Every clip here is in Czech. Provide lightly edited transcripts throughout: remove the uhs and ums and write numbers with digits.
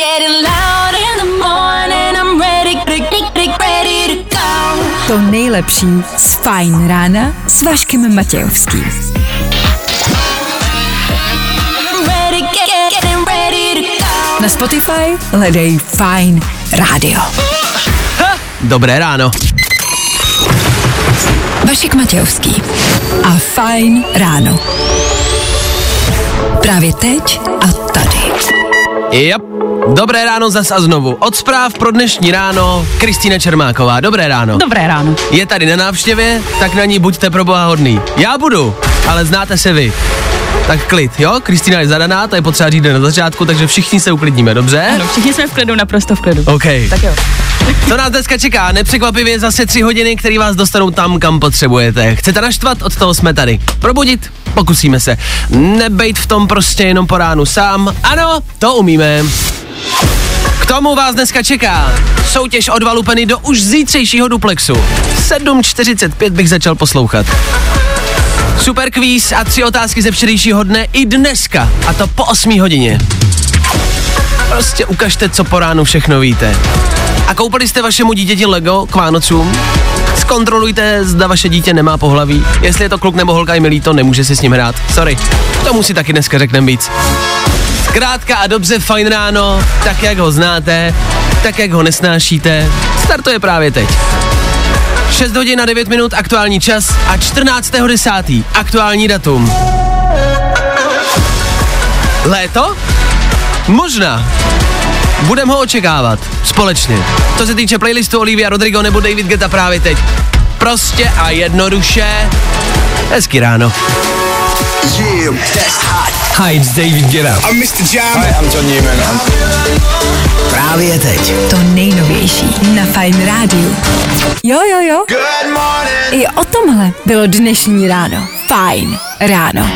To nejlepší z Fajn rána s Vaškem Matějovským. Na Spotify hledej Fajn rádio. Dobré ráno. Vašek Matějovský a Fajn ráno. Právě teď a tady. Yep. Dobré ráno zas a znovu. Od zpráv pro dnešní ráno Kristýna Čermáková. Dobré ráno. Dobré ráno. Je tady na návštěvě, tak na ní buďte pro boha hodný. Já budu, ale znáte se vy. Tak klid, jo? Kristýna je zadaná, to je potřeba říct na začátku, takže všichni se uklidníme, dobře? Ano, všichni jsme v klidu, naprosto v klidu. OK. Tak jo. Co nás dneska čeká? Nepřekvapivě zase 3 hodiny, které vás dostanou tam, kam potřebujete. Chcete naštvat? Od toho jsme tady. Probudit? Pokusíme se. Nebejt v tom prostě jenom po ránu sám. Ano, to umíme. K tomu vás dneska čeká soutěž o 2 lupeny do už zítřejšího duplexu. 7:45 bych začal poslouchat. Super kvíz a 3 otázky ze včerejšího dne i dneska. A to po 8 hodině. Prostě ukažte, co po ránu všechno víte. A koupili jste vašemu dítěti Lego k Vánocům? Zkontrolujte, zda vaše dítě nemá pohlaví. Jestli je to kluk nebo holka, je milý, to nemůže si s ním hrát. Sorry, k tomu si taky dneska řekneme víc. Zkrátka a dobře Fajn ráno, tak jak ho znáte, tak jak ho nesnášíte, startuje právě teď. 6 hodin a 9 minut aktuální čas a 14.10. aktuální datum. Léto? Možná. Budeme ho očekávat společně. Co se týče playlistu Olivia Rodrigo nebo David Guetta právě teď. Prostě a jednoduše hezky ráno. Hi, it's David Guetta. I'm Mr. Jam. Hi, I'm John Newman. Právě teď. To nejnovější na Fajn rádiu. Jo. Good morning. I o tomhle bylo dnešní ráno. Fajn ráno.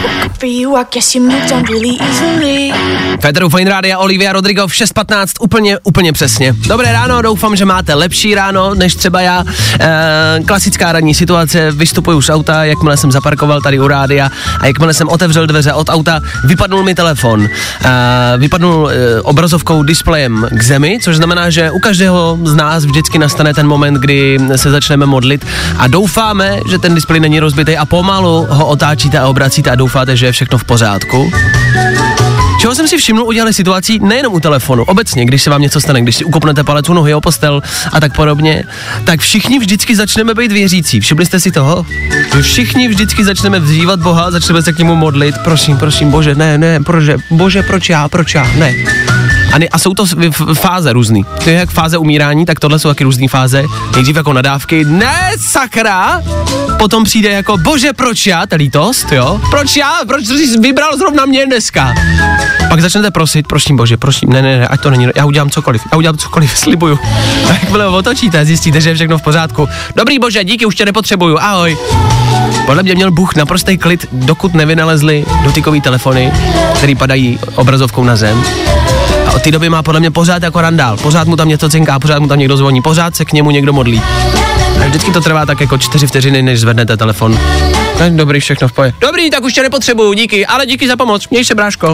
Féteru Fajn rádia Olivia Rodrigo v 6:15 úplně přesně. Dobré ráno, doufám, že máte lepší ráno než třeba já. Klasická ranní situace, vystupuju z auta, jakmile jsem zaparkoval tady u rádia a jakmile jsem otevřel dveře od auta, vypadnul mi telefon. Vypadnul obrazovkou displejem k zemi, což znamená, že u každého z nás vždycky nastane ten moment, kdy se začneme modlit a doufáme, že ten displej není rozbitý a pomalu ho otáčíte a obracíte a doufáte, že je všechno v pořádku. Čeho jsem si všiml, udělali situací nejenom u telefonu, obecně, když se vám něco stane, když si ukopnete palec u nohy o postel a tak podobně, tak všichni vždycky začneme být věřící. Všimli jste si toho? Že všichni vždycky začneme vzývat Boha, začneme se k němu modlit, prosím, Bože, ne, Bože, proč já, ne. A jsou to fáze různý. To je jak fáze umírání, tak tohle jsou taky různý fáze. Nejdřív jako nadávky, ne sakra, potom přijde jako, Bože, proč já, ta lítost, jo? Proč jsi vybral zrovna mě dneska? Pak začnete prosit, prosím Bože, prosím, ne, ať to není, já udělám cokoliv, slibuju. A jakmile otočíte, zjistíte, že je všechno v pořádku. Dobrý Bože, díky, už tě nepotřebuju, ahoj. Podle mě měl Bůh naprostý klid, dokud nevynalezli dotykový telefony, který padají obrazovkou na zem. A od té doby má podle mě pořád jako randál, pořád mu tam něco cinká, pořád mu tam někdo zvoní, pořád se k němu někdo modlí. A vždycky to trvá tak jako 4 vteřiny, než zvednete telefon. Dobrý, všechno v pohodě. Dobrý, tak už tě nepotřebuju, díky, ale díky za pomoc, měj se, bráško.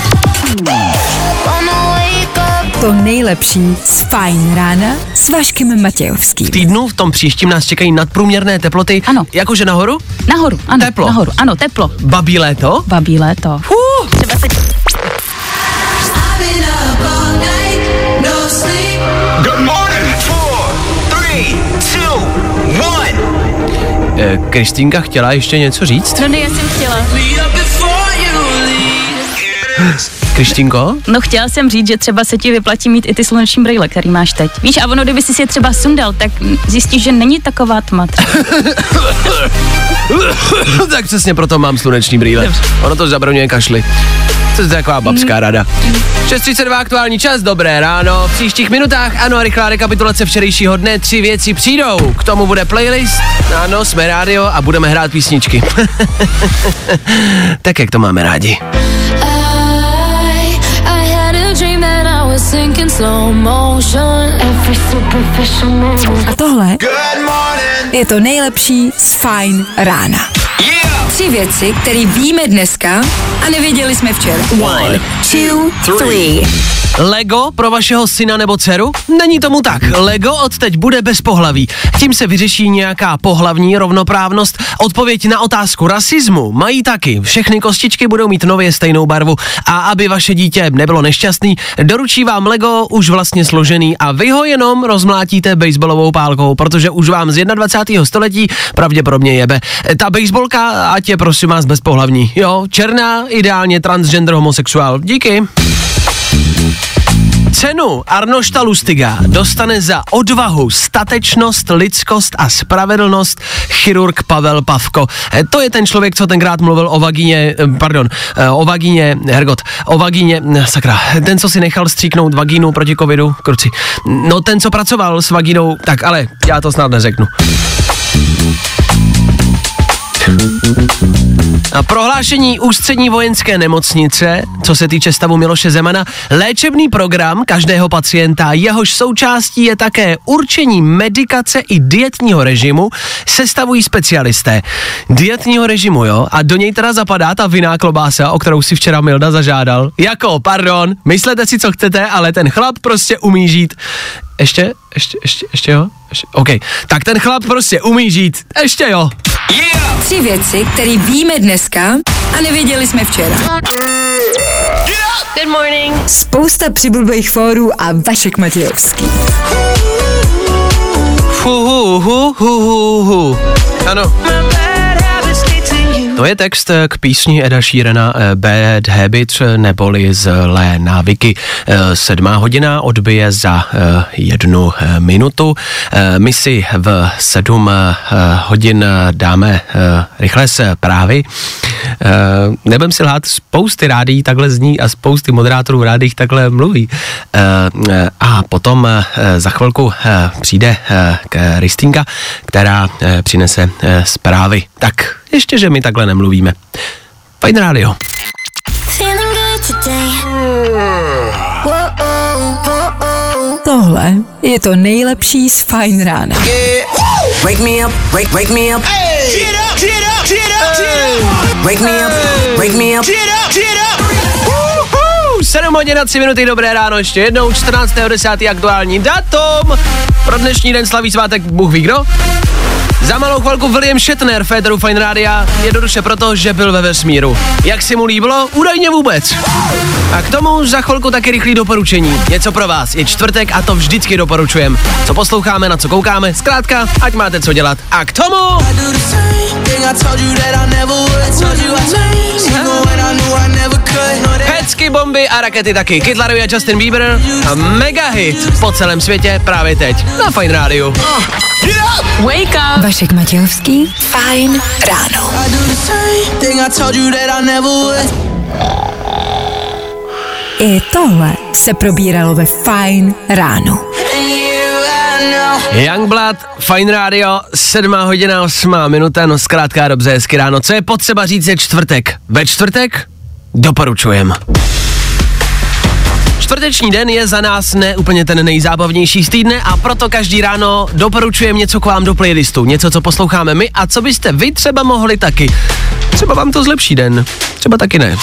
To nejlepší z Fajn rána s Vaškem Matějovským. V týdnu, v tom příštím nás čekají nadprůměrné teploty. Ano. Jakože nahoru? Nahoru, ano. Teplo. Nahoru, ano, teplo. Babí léto? Babí léto. Třeba se... Good morning. 4, 3, 2, 1. Kristýnka chtěla ještě něco říct? No ne, já jsem chtěla. Kristýnko? No chtěla jsem říct, že třeba se ti vyplatí mít i ty sluneční brýle, který máš teď. Víš, a ono, kdyby si je třeba sundal, tak zjistíš, že není taková tma. Tak přesně proto mám sluneční brýle. Ono to zabraňuje kašli. To je taková babská rada. 6:32 aktuální čas, dobré ráno. V příštích minutách, ano, rychlá rekapitulace včerejšího dne, 3 věci přijdou. K tomu bude playlist, ano, jsme rádio a budeme hrát písničky. Tak, jak to máme rádi. A tohle je to nejlepší z Fajn rána. 3 věci, které víme dneska a nevěděli jsme včera. 1, 2, 3. Lego pro vašeho syna nebo dceru? Není tomu tak. Lego odteď bude bez pohlaví. Tím se vyřeší nějaká pohlavní rovnoprávnost. Odpověď na otázku rasismu mají taky. Všechny kostičky budou mít nově stejnou barvu. A aby vaše dítě nebylo nešťastný, doručí vám Lego už vlastně složený a vy ho jenom rozmlátíte baseballovou pálkou, protože už vám z 21. století pravděpodobně jebe. Ta baseballka, ať je prosím vás bezpohlavní. Jo, černá, ideálně transgender homosexuál. Díky. Cenu Arnošta Lustiga dostane za odvahu, statečnost, lidskost a spravedlnost chirurg Pavel Pavko. To je ten člověk, co tenkrát mluvil o vagíně, ten, co si nechal stříknout vagínu proti covidu, kruci. No ten, co pracoval s vagínou, tak ale já to snad neřeknu. A prohlášení Ústřední vojenské nemocnice, co se týče stavu Miloše Zemana, léčebný program každého pacienta, jehož součástí je také určení medikace i dietního režimu, sestavují specialisté. Dietního režimu, jo? A do něj teda zapadá ta vinná klobása, o kterou si včera Milda zažádal. Myslete si, co chcete, ale ten chlap prostě umí žít. Ještě jo? OK. Tak ten chlap prostě umí žít. Ještě jo. Yeah! 3 věci, které víme dneska a nevěděli jsme včera. Good morning. Spousta přibulbých fórů a Vašek Matějovský. Ano. To je text k písni Eda Sheerana Bad Habits, neboli zlé návyky. 7 hodina odbije za 1 minutu. My si v 7 hodin dáme rychlé zprávy. Nebudem si lhát, spousty rádií takhle zní a spousty moderátorů v rádiích takhle mluví. A potom za chvilku přijde Kristýnka, která přinese zprávy. Tak ještě, že my takhle nemluvíme. Fajn rádio. Tohle je to nejlepší z Fajn rána. Wake me up, wake me up. Hey. Get up, get up, get up, get up. Wake me up, wake me up. Get up. 7 hodin a 3 minuty, dobré ráno, ještě jednou, 14.10. aktuální datum. Pro dnešní den slaví svátek Bůh ví kdo. Za malou chvilku William Shatner v éteru Fajn rádia, jednoduše proto, že byl ve vesmíru. Jak si mu líbilo? Údajně vůbec. A k tomu za chvilku taky rychlý doporučení. Něco pro vás, je čtvrtek a to vždycky doporučujem. Co posloucháme, na co koukáme, zkrátka, ať máte co dělat. A k tomu... Hecky, bomby a rakety taky. Kid Laroi a Justin Bieber a mega hit po celém světě právě teď na Fajn rádiu. Wake up. Vašek Matějovský, Fajn ráno. I tohle se probíralo ve Fajn ráno. Youngblood, Fajn rádio, 7 hodina 8 minuta, no zkrátka dobře, hezky ráno. Co je potřeba říct, je čtvrtek. Ve čtvrtek doporučujem. Čtvrteční den je za nás ne úplně ten nejzábavnější z týdne a proto každý ráno doporučujem něco k vám do playlistu, něco, co posloucháme my a co byste vy třeba mohli taky. Třeba vám to zlepší den, třeba taky ne.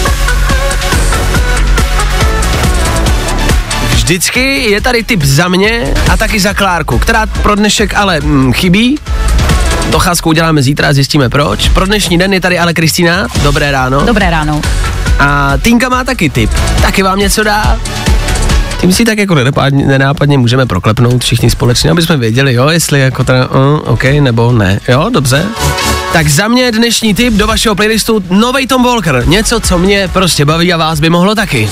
Vždycky je tady tip za mě a taky za Klárku, která pro dnešek ale chybí. Docházku uděláme zítra, zjistíme proč. Pro dnešní den je tady ale Kristýna. Dobré ráno. Dobré ráno. A Týnka má taky tip. Taky vám něco dá? Tím si tak jako nenápadně můžeme proklepnout všichni společně, aby jsme věděli, jo, jestli jako teda OK, nebo ne. Jo, dobře. Tak za mě dnešní tip do vašeho playlistu novej Tom Walker. Něco, co mě prostě baví a vás by mohlo taky.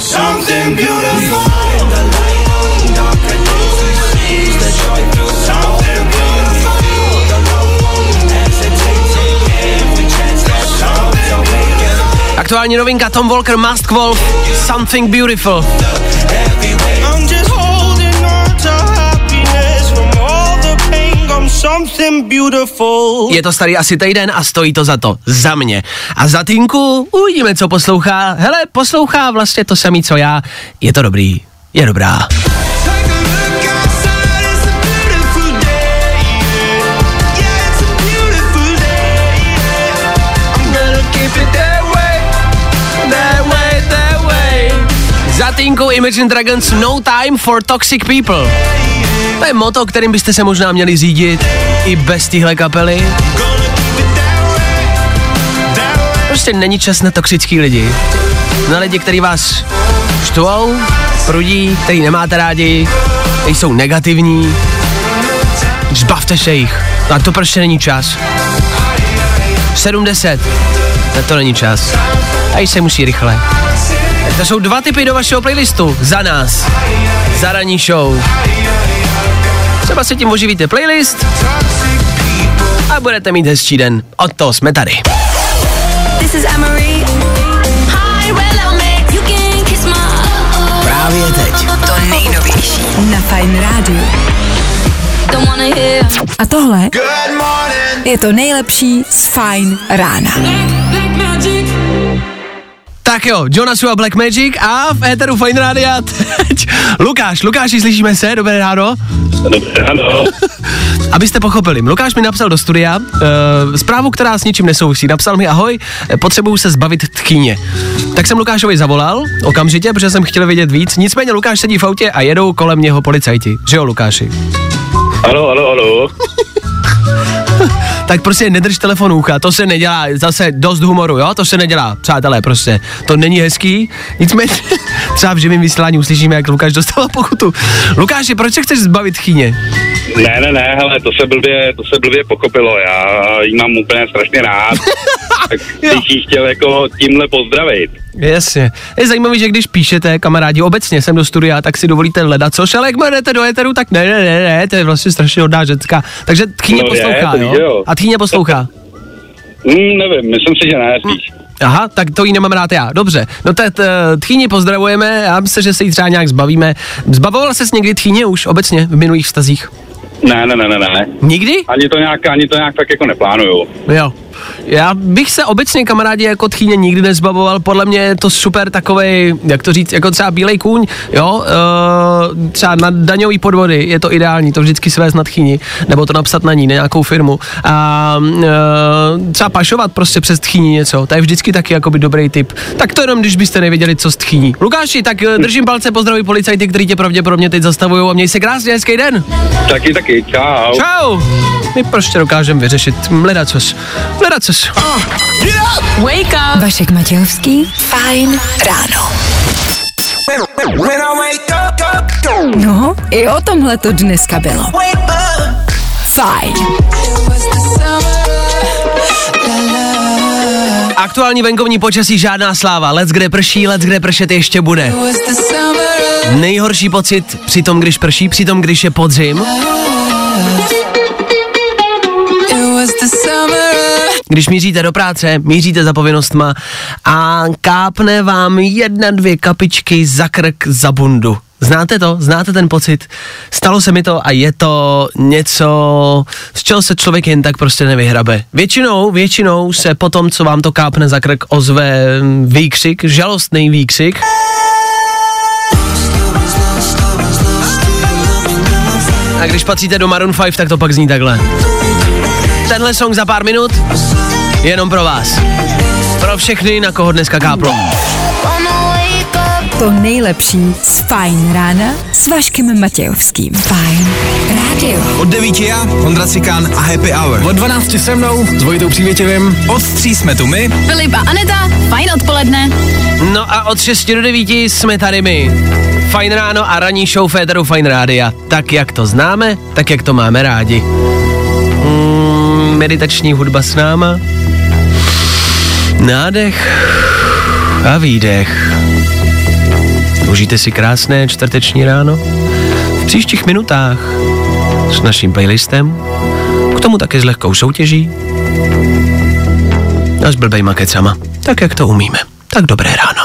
Aktuální novinka Tom Walker, Mask Wolf, Something Beautiful. Je to starý asi týden a stojí to za to. Za mě. A za Týnku uvidíme, co poslouchá. Hele, poslouchá vlastně to samý, co já. Je to dobrý. Je dobrá. Za týnkou Imagine Dragons No Time for Toxic People. To je motto, kterým byste se možná měli řídit i bez téhle kapely. Prostě není čas na toxický lidi. Na lidi, kteří vás štvou, prudí, který nemáte rádi, kteří jsou negativní. Zbavte se jich. A to prostě není čas. 7:10. To není čas. Tady se musí rychle. To jsou 2 tipy do vašeho playlistu. Za nás. Za ranní show. Třeba si tím oživíte playlist a budete mít hezčí den. Od toho jsme tady. Právě teď. To nejnovější na Fajn rádiu. A tohle je to nejlepší z Fajn rána. Tak jo, Jonasu a Black Magic a v éteru Fajn rádia teď Lukáši, slyšíme se, dobré ráno. Dobré ráno. Abyste pochopili, Lukáš mi napsal do studia zprávu, která s ničím nesouvisí. Napsal mi: ahoj, potřebuju se zbavit tchýně. Tak jsem Lukášovi zavolal okamžitě, protože jsem chtěl vědět víc. Nicméně Lukáš sedí v autě a jedou kolem něho policajti. Že jo, Lukáši? Ano. Tak prostě nedrž telefon ucha, to se nedělá, zase dost humoru, jo, to se nedělá, přátelé, prostě, to není hezký, nicméně třeba v živém vysílání uslyšíme, jak Lukáš dostává pokutu. Lukáši, proč se chceš zbavit tchýně? Ne, hele, to se blbě pochopilo, já jí mám úplně strašně rád, tak bych jí chtěl jako tímhle pozdravit. Jasně, je zajímavý, že když píšete, kamarádi, obecně sem do studia, tak si dovolíte ledacož, ale jak jdete do éteru, tak ne, to je vlastně strašně hodná ženská, takže tchýně poslouchá, jo? A tchýně poslouchá? Nevím, myslím si, že ne, spíš. Aha, tak to jí nemám rád já, dobře. No teď tchýni pozdravujeme, já myslím, že se jí třeba nějak zbavíme. Zbavoval ses někdy tchýně už obecně v minulých vztazích? Ne. Nikdy? Ani to nějak tak jako neplánuju. Jo. Já bych se obecně, kamarádi, jako tchýně nikdy nezbavoval, podle mě je to super takovej, jak to říct, jako třeba bílej kůň, jo, třeba na daňový podvody je to ideální, to vždycky svést na tchýni, nebo to napsat na ní, na nějakou firmu a třeba pašovat prostě přes tchýni něco, to je vždycky taky jakoby dobrý tip. Tak to jenom, když byste nevěděli, co s tchýní. Lukáši, tak držím palce, pozdravuj policajty, kteří tě pravděpodobně teď zastavujou a měj se krásně, hezký den. Taky, čau. Čau. My prostě dokážeme vyřešit ledacos. Wake up! Vašek Matějovský, Fajn ráno. No, i o tomhle to dneska bylo. Fajn. Aktuální venkovní počasí, žádná sláva. Let's kde prší, let's kde pršet ještě bude. Nejhorší pocit při tom, když prší, při tom, když je podzim. Když míříte do práce, míříte za povinnostma a kápne vám 1-2 kapičky za krk, za bundu. Znáte to? Znáte ten pocit? Stalo se mi to a je to něco, z čeho se člověk jen tak prostě nevyhrabe. Většinou se po tom, co vám to kápne za krk, ozve výkřik, žalostný výkřik. A když patříte do Maroon 5, tak to pak zní takhle. Tenhle song za pár minut jenom pro vás. Pro všechny, na koho dneska káplo. To nejlepší z Fajn rána s Vaškem Matějovským. Fajn rádio. Od 9 já, Ondra Cikán a Happy Hour. Od 12 se mnou, s Vojtou Přívětivým. Od 3 jsme tu my. Filip a Aneta, fajn odpoledne. No a od 6 do 9 jsme tady my. Fajn ráno a ranní show féteru Fajn rádia. Tak jak to známe, tak jak to máme rádi. Meditační hudba s náma. Nádech a výdech. Užijte si krásné čtvrteční ráno. V příštích minutách s naším playlistem, k tomu také s lehkou soutěží a s blbejma kecama, tak jak to umíme. Tak dobré ráno.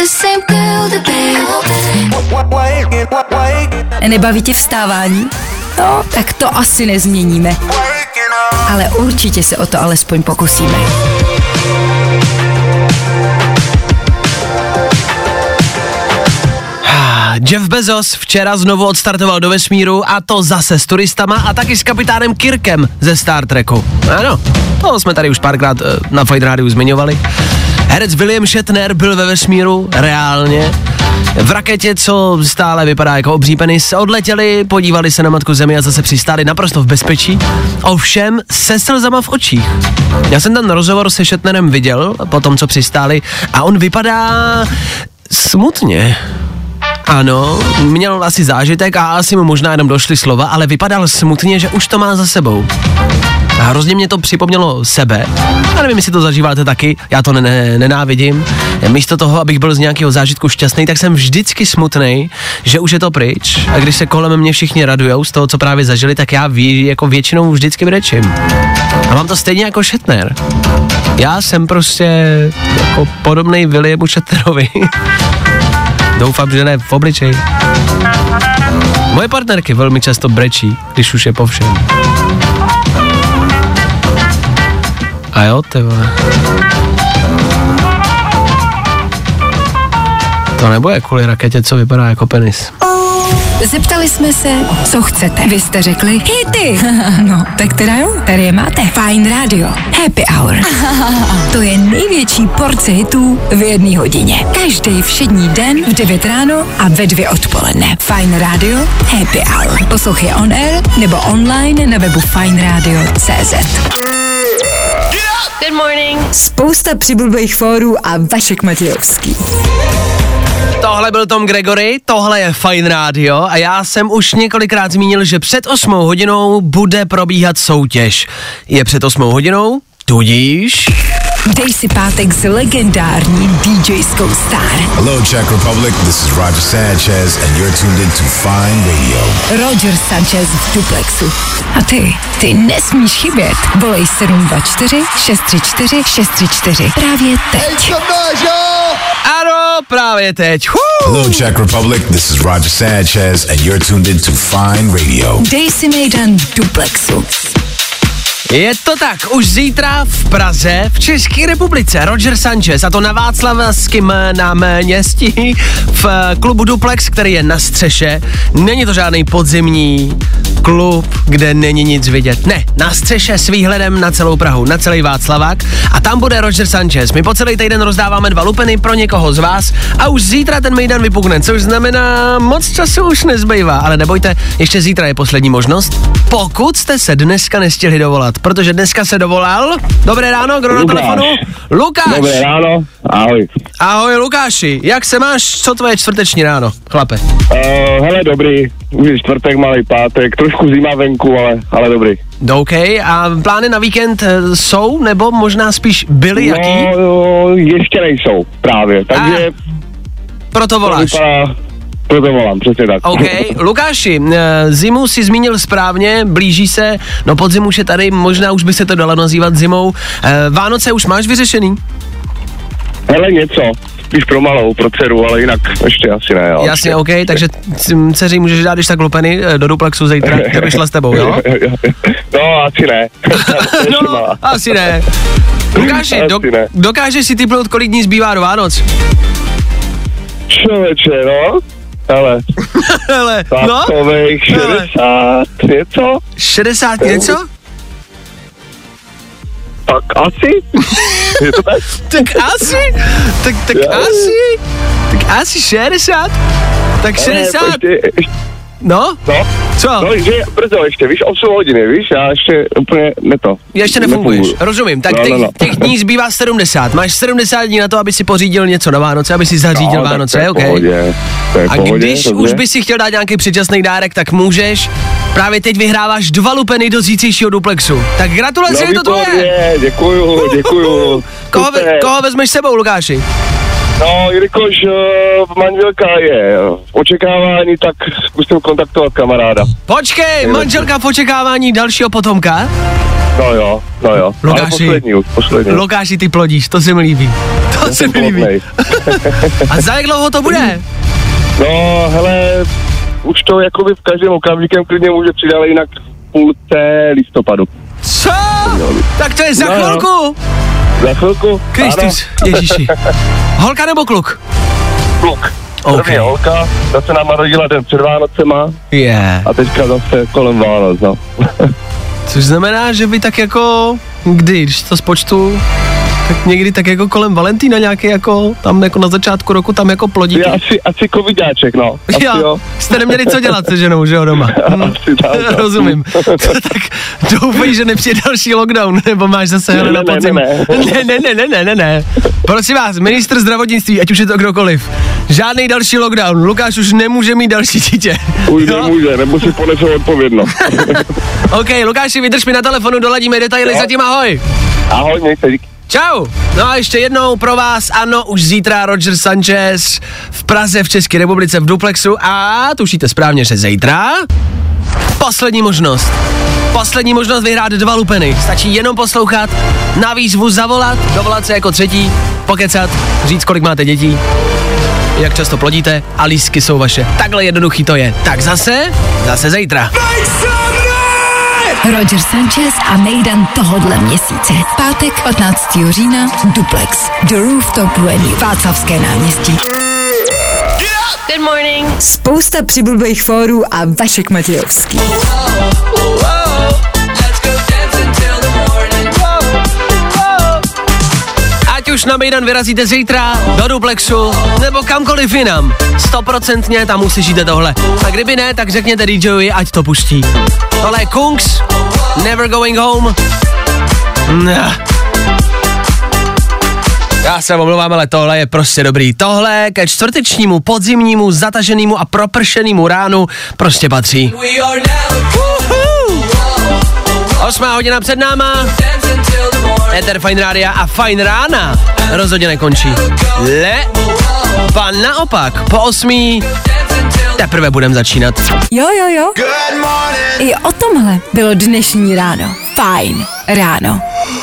Nebaví tě vstávání? No, tak to asi nezměníme. Ale určitě se o to alespoň pokusíme. Jeff Bezos včera znovu odstartoval do vesmíru a to zase s turistama a taky s kapitánem Kirkem ze Star Treku. Ano, to jsme tady už párkrát na Fajn rádiu zmiňovali. Herec William Shatner byl ve vesmíru, reálně. V raketě, co stále vypadá jako obří penis, odletěli, podívali se na matku Zemi a zase přistáli naprosto v bezpečí. Ovšem se slzama v očích. Já jsem ten rozhovor se Shatnerem viděl po tom, co přistáli, a on vypadá smutně. Ano, měl asi zážitek a asi mu možná jenom došly slova, ale vypadal smutně, že už to má za sebou. A hrozně mě to připomnělo sebe. Já nevím, jestli to zažíváte taky, já to nenávidím. Místo toho, abych byl z nějakého zážitku šťastný, tak jsem vždycky smutnej, že už je to pryč. A když se kolem mě všichni radujou z toho, co právě zažili, tak já jako většinou vždycky brečím. A mám to stejně jako Shatner. Já jsem prostě jako podobnej Williamu Shatnerovi. Doufám, že ne v obličeji. Moje partnerky velmi často brečí, když už je po všem. A jo, ty vole. To nebude kvůli raketě, co vypadá jako penis. Zeptali jsme se, co chcete. Vy jste řekli hity. No, tak teda jo, tady je máte. Fajn Radio, Happy Hour. To je největší porce hitů v 1 hodině. Každý všední den v 9 ráno a ve 2 odpoledne. Fajn Radio, Happy Hour. Poslouchej on air nebo online na webu fajnradio.cz. Good morning. Spousta přibulbých fórů a Vašek Matějovský. Tohle byl Tom Gregory, tohle je Fajn Radio a já jsem už několikrát zmínil, že před 8 hodinou bude probíhat soutěž. Je před 8 hodinou, tudíž... Dej si pátek s legendární DJskou star. Hello, Czech Republic, this is Roger Sanchez and you're tuned in to Fine Radio. Roger Sanchez v Duplexu. A ty nesmíš chybět. Volej 724 634 634. Právě teď. Ano, právě teď. Hello, Czech Republic, this is Roger Sanchez and you're tuned in to Fine Radio. Dej si mejdan Duplexu. Je to tak, už zítra v Praze, v České republice, Roger Sanchez, a to na Václavském náměstí v klubu Duplex, který je na střeše. Není to žádný podzimní klub, kde není nic vidět. Ne, na střeše s výhledem na celou Prahu, na celý Václavák, a tam bude Roger Sanchez. My po celý týden rozdáváme 2 lupeny pro někoho z vás a už zítra ten mejdan vypukne, což znamená, moc času už nezbývá, ale nebojte, ještě zítra je poslední možnost, pokud jste se dneska nestihli dovolat, protože dneska se dovolal. Dobré ráno, kdo na telefonu? Lukáš. Dobré ráno, ahoj. Ahoj Lukáši, jak se máš, co tvoje čtvrteční ráno, chlape? Hele, dobrý, už je čtvrtek, malý pátek, trošku zima venku, ale dobrý. OK, a plány na víkend jsou, nebo možná spíš byly jaký? No, ještě nejsou právě, takže... Proto voláš. Proto volám, přesně tak. OK, Lukáši, zimu si zmínil správně, blíží se, no podzim už je tady, možná už by se to dalo nazývat zimou. Vánoce už máš vyřešený? Hele, něco, spíš pro malou, pro dceru, ale jinak ještě asi ne. Jo. Jasně, OK, takže dceři můžeš dát, když tak lupeny do Duplexu zítra, kdyby šla s tebou, jo? No, asi ne. No, asi ne. Lukáši, dokážeš si tipnout, kolik dní zbývá do Vánoc? Člověče, no. Hele, no? Takových 60 něco. 60 něco? Tak asi. Je to tak? Tak asi 60. Tak 60. No? Co? No, že brzo ještě, víš, 8 hodiny, víš, já ještě úplně Ještě nefunguješ, rozumím, tak těch dní zbývá 70, máš 70 dní na to, aby si pořídil něco na Vánoce, aby si zařídil Vánoce, OK? A když už by si chtěl dát nějaký předčasný dárek, tak můžeš, právě teď vyhráváš 2 lupeny do zítřejšího Duplexu, tak gratulace, je to tvoje! Děkuju. Koho vezmeš sebou, Lukáši? No, jelikož manželka je v očekávání, tak zkusím kontaktovat kamaráda. Počkej, manželka v očekávání dalšího potomka? No jo. Lukáši, poslední. Lukáši, ty plodíš, to se mi líbí. A za jak dlouho to bude? No, hele, už to jakoby v každém okamžikem klidně může přidat, ale jinak v půlce listopadu. Co? Tak to je za chvilku? Za chvilku? Kristus, Ježíši. Holka nebo kluk? Kluk. Okay. První holka, ta se nám narodila den před Vánocema. Yeah. A teďka zase kolem Vánoc, no. Což znamená, že by tak jako, když to spočtu, Tak někdy tak jako kolem Valentína nějaký jako, tam jako na začátku roku, tam jako plodíky. Asi covidáček, no. Asi jo. Jste neměli co dělat se ženou, že jo, doma? Asi tak. Rozumím. Tak doufej, že nepřijde další lockdown, nebo máš zase Helena podzim. Ne. Prosím vás, ministr zdravotnictví, ať už je to kdokoliv, žádný další lockdown, Lukáš už nemůže mít další dítě. Už nemůže, nebo si ponesou odpovědnost. OK, Lukáši, vydrž mi na telefonu, doladíme detaily, zatím ahoj. Ahoj, mějte díky. Čau. No a ještě jednou pro vás, ano, už zítra Roger Sanchez v Praze, v České republice, v Duplexu a tušíte správně, že zítra poslední možnost vyhrát 2 lupeny. Stačí jenom poslouchat, na výzvu zavolat, dovolat se jako třetí, pokecat, říct, kolik máte dětí, jak často plodíte a lístky jsou vaše. Takhle jednoduchý to je. Tak zase zítra. Roger Sanchez a Mejdan tohodle měsíce. Pátek 15. října, Duplex, The Rooftop Venue, Václavské náměstí. Good morning. Spousta přibulbých fórů a Vašek Matějovský. Ať už na Mejdan vyrazíte zítra, do Duplexu, nebo kamkoliv jinam, 100% tam uslyšíte tohle. A kdyby ne, tak řekněte DJovi, ať to pustí. Tohle je Kungs, Never Going Home. Já se omlouvám, ale tohle je prostě dobrý. Tohle ke čtvrtečnímu, podzimnímu, zataženému a propršenému ránu prostě patří. 8 hodina před náma. Éter Fajn Rádia a Fajn rána rozhodně nekončí. Pan naopak, po 8 teprve budeme začínat. Jo. I o tomhle bylo dnešní ráno. Fajn ráno.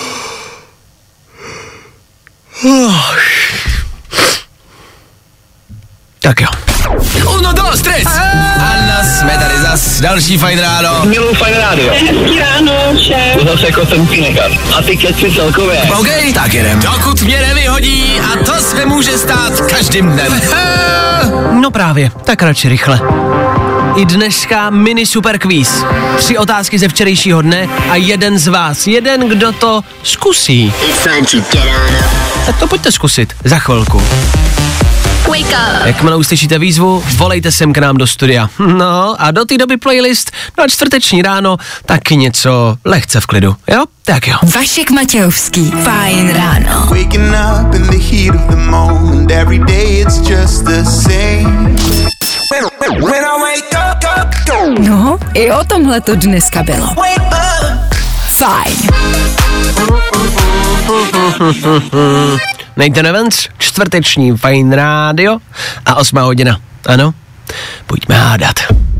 Tak jo. 1, 2, 3. Anna, jsme tady zas. Další Fajn ráno. Miluji Fajn rádio. Hezký ráno, šéf. To zase jako jsem nechat. A ty keci celkově. OK, tak jedem. Dokud mě nevyhodí a to se může stát každým dnem. No právě, tak radši rychle. I dneska mini super quiz. 3 otázky ze včerejšího dne a jeden z vás, kdo to zkusí. Tak to pojďte zkusit za chvilku. Wake up. Jakmile uslyšíte výzvu, volejte sem k nám do studia. No a do té doby playlist na čtvrteční ráno taky něco lehce v klidu, jo? Tak jo. Vašek Matějovský, Fajn ráno. No, i o tomhle to dneska bylo. Fajn. Nathan Evans, čtvrteční Fajn rádio a 8 hodina. Ano, pojďme hádat.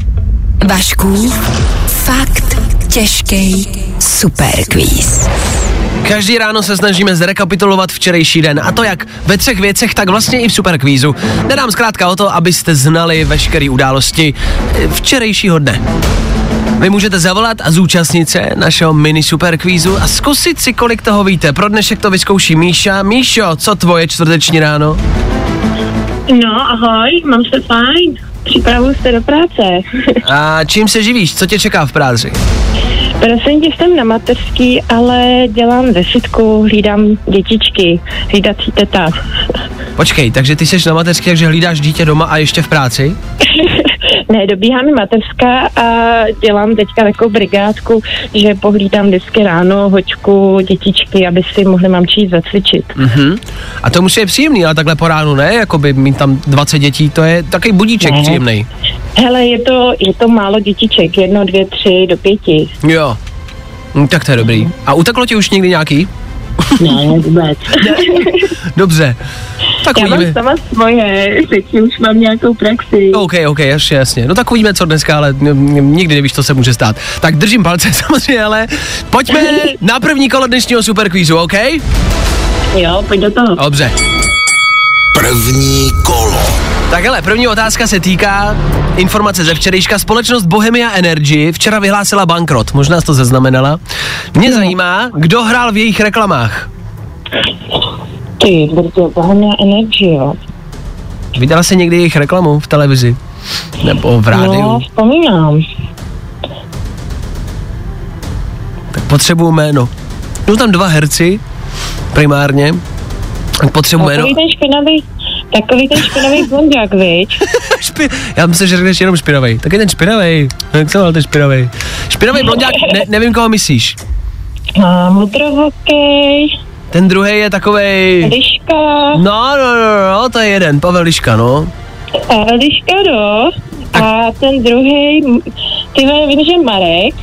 Vašku, fakt těžký superquiz. Každý ráno se snažíme zrekapitulovat včerejší den, a to jak ve 3 věcech, tak vlastně i v superkvízu. Nedám zkrátka o to, abyste znali veškeré události včerejšího dne. Vy můžete zavolat a zúčastnit se našeho mini superkvízu a zkusit si, kolik toho víte. Pro dnešek to vyzkouší Míša. Míšo, co tvoje čtvrteční ráno? No, ahoj, mám se fajn. Připravuju se do práce. A čím se živíš? Co tě čeká v práci? Prosím tě, jsem na mateřský, ale dělám ve fitku, hlídám dětičky, hlídací teta. Počkej, takže ty jsi na mateřský, takže hlídáš dítě doma a ještě v práci? Ne, dobíhá mi mateřská a dělám teďka takovou brigádku, že pohlídám vždycky ráno hoďku, dětičky, aby si mohli mamčí zacvičit. A to musí být příjemný, ale takhle po ránu ne? Jakoby mít tam 20 dětí, to je takový budíček příjemný. Hele, je to málo dětiček, 1, 2, 3 do 5. Jo, tak to je dobrý. A uteklo ti už někdy nějaký? Ne, vůbec. Dobře. Tak já uvidíme. mám sama svoje, teď už mám nějakou praxi. OK, jasně. No tak uvidíme, co dneska, ale nikdy nevíš, co se může stát. Tak držím palce samozřejmě, ale pojďme na první kolo dnešního superkvízu, OK? Jo, pojď do toho. Dobře. První kolo. Tak hele, první otázka se týká informace ze včerejška. Společnost Bohemia Energy včera vyhlásila bankrot. Možná jsi to zaznamenala. Mě zajímá, kdo hrál v jejich reklamách. Ty, Bohemia Energy, jo. Viděla jsi někdy jejich reklamu v televizi? Nebo v rádiu? No, vzpomínám. Tak potřebuju jméno. Jsou tam 2 herci primárně. Potřebuje Takový ten špinavý blonďák, viď? Já myslím, že řekneš jenom špinavej. Tak je ten špinavej. Jak se má ten špinavej? Špinavý blonďák, nevím, koho myslíš. Modrovokej. Ten druhý je takovej... Liška. No, to je jeden, Pavel Liška, no. Liška, no. A ten druhý, vím, že Marek.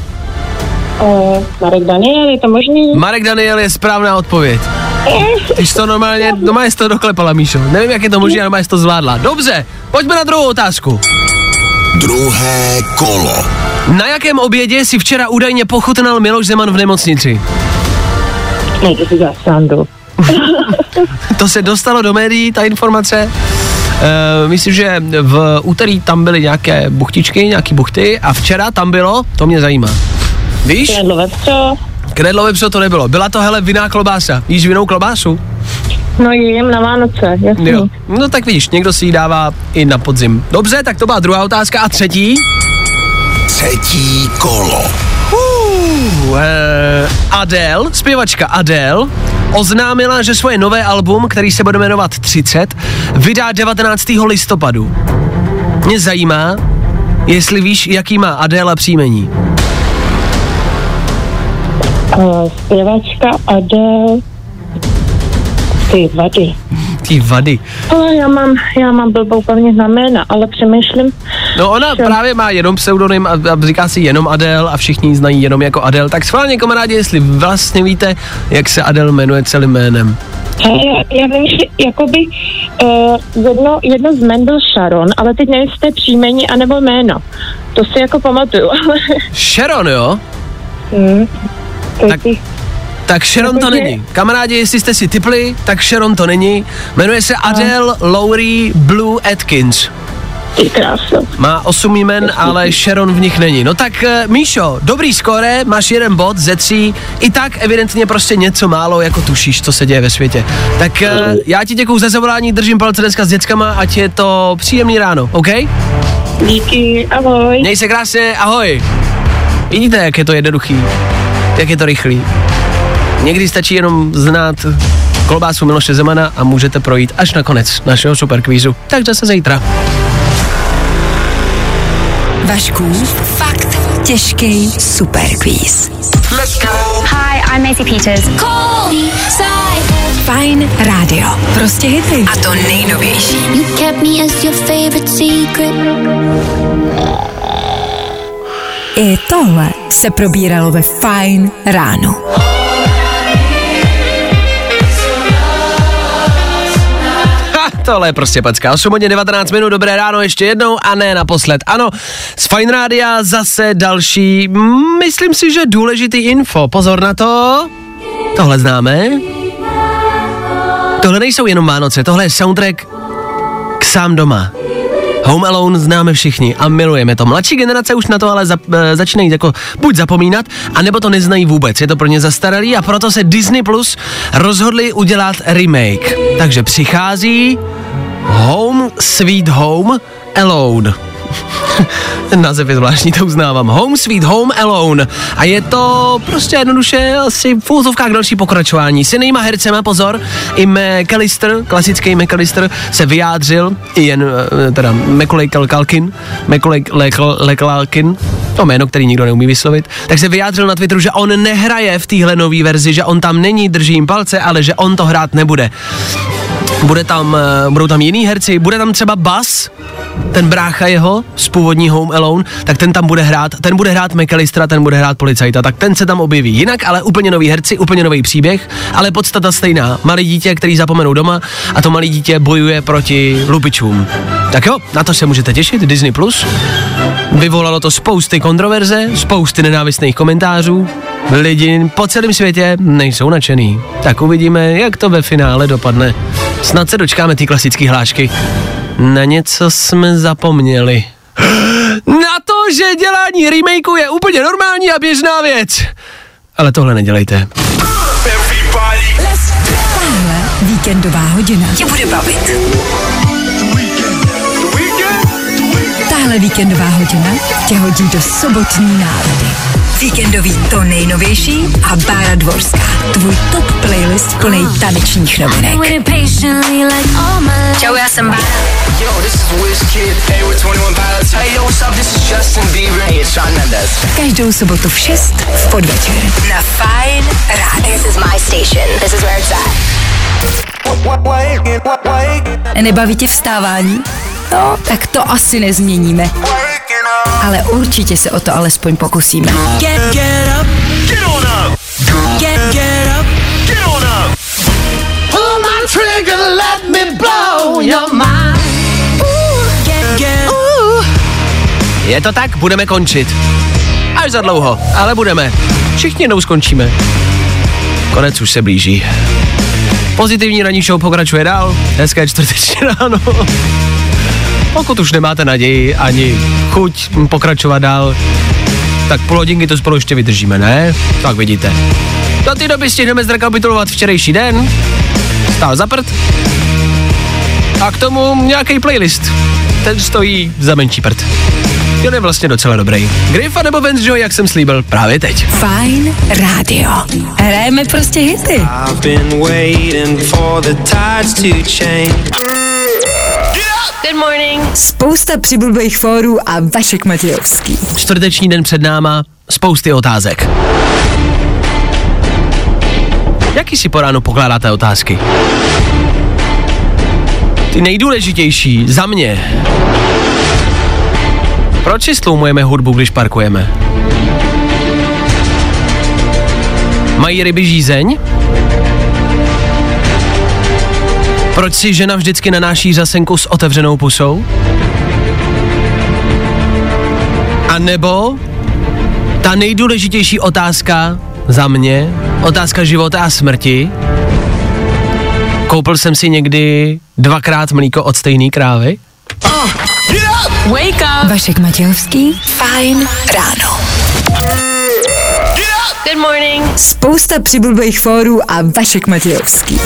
Marek Daniel, je to možný? Marek Daniel je správná odpověď. Ty jsi to normálně jsi to doklepala, Míšo. Nevím, jak je to možné, ale normálně jsi to zvládla. Dobře, pojďme na druhou otázku. Druhé kolo. Na jakém obědě si včera údajně pochutnal Miloš Zeman v nemocnici? Ne, to si zásandu. To se dostalo do médií, ta informace. Myslím, že v úterý tam byly nějaké buchtičky, nějaký buchty a včera tam bylo, to mě zajímá. Víš? Knedlo vepřo to nebylo. Byla to, hele, vinná klobása. Jíš vinnou klobásu? No jím na Vánoce, jasně. Jo. No tak vidíš, někdo si ji dává i na podzim. Dobře, tak to byla druhá otázka. A třetí? Třetí kolo. Adele, zpěvačka Adele, oznámila, že svoje nové album, který se bude jmenovat 30, vydá 19. listopadu. Mě zajímá, jestli víš, jaký má Adele příjmení. Zpěvačka Adele. Ty vady. Ale já mám blbou paměť na jména, ale přemýšlím. No ona právě má jenom pseudonym a říká si jenom Adele a všichni znají jenom jako Adele. Tak schválně, kamarádi, jestli vlastně víte, jak se Adele jmenuje celým jménem. Já vím, že jakoby jedno z jmen byl Sharon, ale teď nevím, jestli to je příjmení anebo jméno. To si jako pamatuju. Sharon, jo? Tak Sharon to není. Kamarádi, jestli jste si tipli, tak Sharon to není. Jmenuje se Adele Laurie Blue Atkins. Ty krása. Má 8 jmen, ale Sharon v nich není. No tak Míšo, dobrý skóre, máš 1 bod ze 3. I tak evidentně prostě něco málo jako tušíš, co se děje ve světě. Tak já ti děkuju za zavolání, držím palce dneska s dětskama, ať je to příjemný ráno, OK? Díky, ahoj. Měj se krásně, ahoj. Vidíte, jak je to jednoduchý, jak je to rychlý. Někdy stačí jenom znát klobásu Miloše Zemana a můžete projít až na konec našeho superkvízu. Tak zase zítra. Vaškův fakt těžký superkvíz. Let's go. Hi, I'm Maisie Peters. Call me Fajn rádio. Prostě hity. A to nejnovější. You kept me as your favorite secret. I tohle se probíralo ve Fajn ráno. Tohle je prostě pecka. 8:19, dobré ráno ještě jednou a ne naposled. Ano, z Fajn rádia zase další, myslím si, že důležitý info. Pozor na to. Tohle známe. Tohle nejsou jenom Vánoce, tohle je soundtrack k Sám doma. Home Alone známe všichni a milujeme to. Mladší generace už na to ale začínají jako buď zapomínat, anebo to neznají vůbec. Je to pro ně zastaralý a proto se Disney Plus rozhodli udělat remake. Takže přichází Home Sweet Home Alone. Ten název je zvláštní, to uznávám. Home Sweet Home Alone. A je to prostě jednoduše asi v úzovkách další pokračování. S jinýma hercema, pozor, i McAllister, klasický McAllister, se vyjádřil, i jen teda Macaulay Culkin, to jméno, který nikdo neumí vyslovit, tak se vyjádřil na Twitteru, že on nehraje v téhle nový verzi, že on tam není, drží jim palce, ale že on to hrát nebude. Budou tam jiný herci, bude tam třeba Buzz, ten brácha jeho z původní Home Alone, tak ten tam bude hrát, ten bude hrát McAllistera, ten bude hrát policajta, tak ten se tam objeví. Jinak ale úplně nový herci, úplně nový příběh, ale podstata stejná. Malé dítě, který zapomenou doma a to malé dítě bojuje proti lupičům. Tak jo, na to se můžete těšit, Disney Plus. Vyvolalo to spousty kontroverze, spousty nenávistných komentářů. Lidi po celém světě nejsou nadšený. Tak uvidíme, jak to ve finále dopadne. Snad se dočkáme ty klasické hlášky. Na něco jsme zapomněli. Na to, že dělání remakeu je úplně normální a běžná věc. Ale tohle nedělejte. Tahle víkendová hodina tě bude bavit. Tahle víkendová hodina tě hodí do sobotní nálady. Víkendový to nejnovější a Bára Dvorská. Tvůj top playlist plný tanečních novinek. Čau, já jsem Bára. Yo, this is Wizkid. Hey, we're 21 Pilots. Hey, yo, what's up? This is Justin Bieber. Hey, it's Shawn Mendes. Každou sobotu v 6 v podvečer. Na Fajn rádiu. This is my station. This is where it's at. Nebaví tě vstávání? No, tak to asi nezměníme. Ale určitě se o to alespoň pokusíme. Get up. Get on up. Get up. Get on up. Pull my trigger, let me blow your mind. Je to tak, budeme končit. Až za dlouho, ale budeme. Všichni jednou skončíme. Konec už se blíží. Pozitivní ranní show pokračuje dál. Hezké čtvrteční ráno. Pokud už nemáte naději ani chuť pokračovat dál, tak půl hodinky to spolu ještě vydržíme, ne? Tak vidíte. Do té doby stihneme zrekapitulovat včerejší den. Stál za prd. A k tomu nějaký playlist. Ten stojí za menší prd. Ten je vlastně docela dobrý. Griff nebo Vance Joy, jak jsem slíbil, právě teď. Fajn rádio. Hrajeme prostě hity. Good morning. Spousta přibulbých fórů a Vašek Matějovský. Čtvrteční den před náma, spousty otázek. Jaký si po ránu pokládáte otázky? Ty nejdůležitější za mě. Proč si stloumujeme hudbu, když parkujeme? Mají ryby žízeň? Proč si žena vždycky nanáší řasenku s otevřenou pusou? A nebo ta nejdůležitější otázka za mě, otázka života a smrti. Koupil jsem si někdy 2krát mlíko od stejné krávy? Wake up! Vašek Matějovský, Fajn ráno. Good morning. Spousta přibulbých fórů a Vašek Matějovský.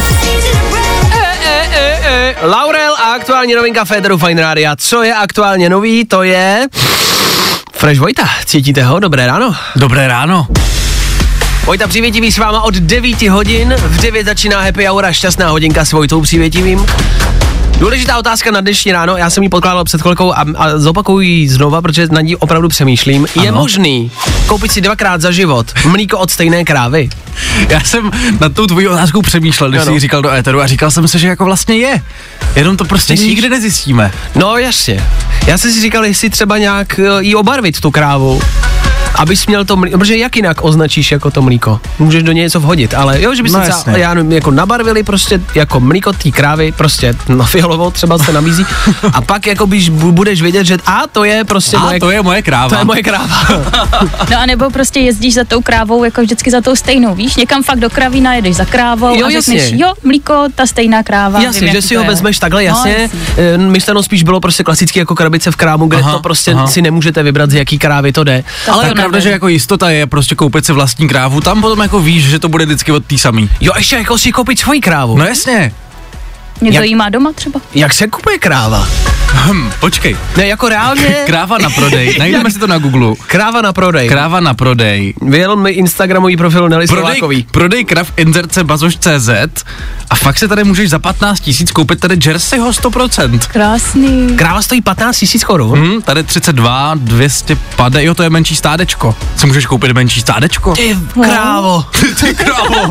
Laurel a aktuální novinka Féteru Fajn rádia. Co je aktuálně nový, to je Fresh Vojta. Cítíte ho? Dobré ráno. Dobré ráno. Vojta Přívětivý s váma od 9 hodin. V 9 začíná happy hour a šťastná hodinka s Vojtou Přívětivým. Důležitá otázka na dnešní ráno, já jsem ji podkládal před chvilkou a zopakuju ji znova, protože na ní opravdu přemýšlím. Ano. Je možný koupit si 2krát za život mlíko od stejné krávy? Já jsem nad tou tvojí otázkou přemýšlel, když jsi ji říkal do éteru a říkal jsem si, že jako vlastně je. Jenom to prostě nikdy nezjistíme. No jasně. Já jsem si říkal, jestli třeba nějak jí obarvit tu krávu. Abys měl to mlíko, protože jak jinak označíš jako to mlíko? Můžeš do něj něco vhodit, ale jo, že bys třeba, já nevím, jako nabarvili prostě jako mlíko té krávy, prostě na fialovou třeba se nabízí a pak jako budeš vědět, že to je prostě to je moje kráva. To je moje kráva. No a nebo prostě jezdíš za tou krávou jako vždycky za tou stejnou, víš, někam fakt do Kravína jedeš za krávou jo, a řekneš, jo, mlíko, ta stejná kráva. Jasně, vím, že si ho vezmeš takhle, jasně. No, myšleno spíš bylo prostě klasický jako krabice v krámu, kde to prostě si nemůžete vybrat, z jaký krávy to jde. Ale pravda, že jako jistota je prostě koupit si vlastní krávu, tam potom jako víš, že to bude vždycky od tý samý. Jo, ještě jako si koupit svoji krávu. No jasně. Někdo jí má doma třeba. Jak se kupuje kráva? Počkej. Ne, jako reálně. Kráva na prodej. Najdeme si to na Google. Kráva na prodej. Kráva na prodej. Vyjel mi Instagramový profil Nelly Slovákový. Prodej krav inzerce bazoš.cz a fakt se tady můžeš za 15 000 koupit tady Jerseyho 100%. Krásný. Kráva stojí 15 000 korun. Tady 32, 200 pade, jo, to je menší stádečko. Co můžeš koupit menší stádečko? Ty krávo. Ty krávo.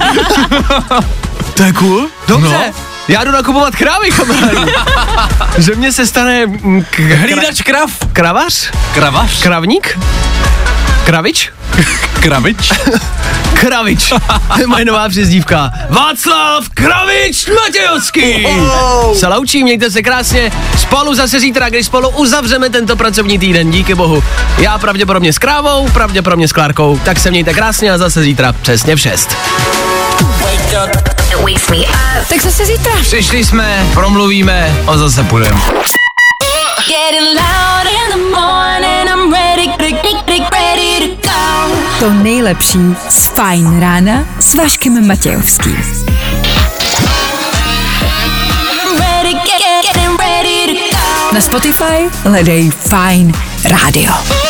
To je cool. Dobře. No. Já jdu nakupovat krávy, kamarádi. Že mě se stane... Hlídač krav. Kravař? Kravař. Kravník? Kravič? Kravič? Kravič. To je moje nová přezdívka. Václav Kravič Matějovský. Se loučím, mějte se krásně. Spolu zase zítra, když spolu uzavřeme tento pracovní týden, díky bohu. Já pravděpodobně s krávou, pravděpodobně s Klárkou. Tak se mějte krásně a zase zítra přesně v 6. Tak zase zítra. Přišli jsme, promluvíme a zase půjdeme. To nejlepší z Fajn rána s Vaškem Matějovským. Na Spotify hledej Fajn rádio.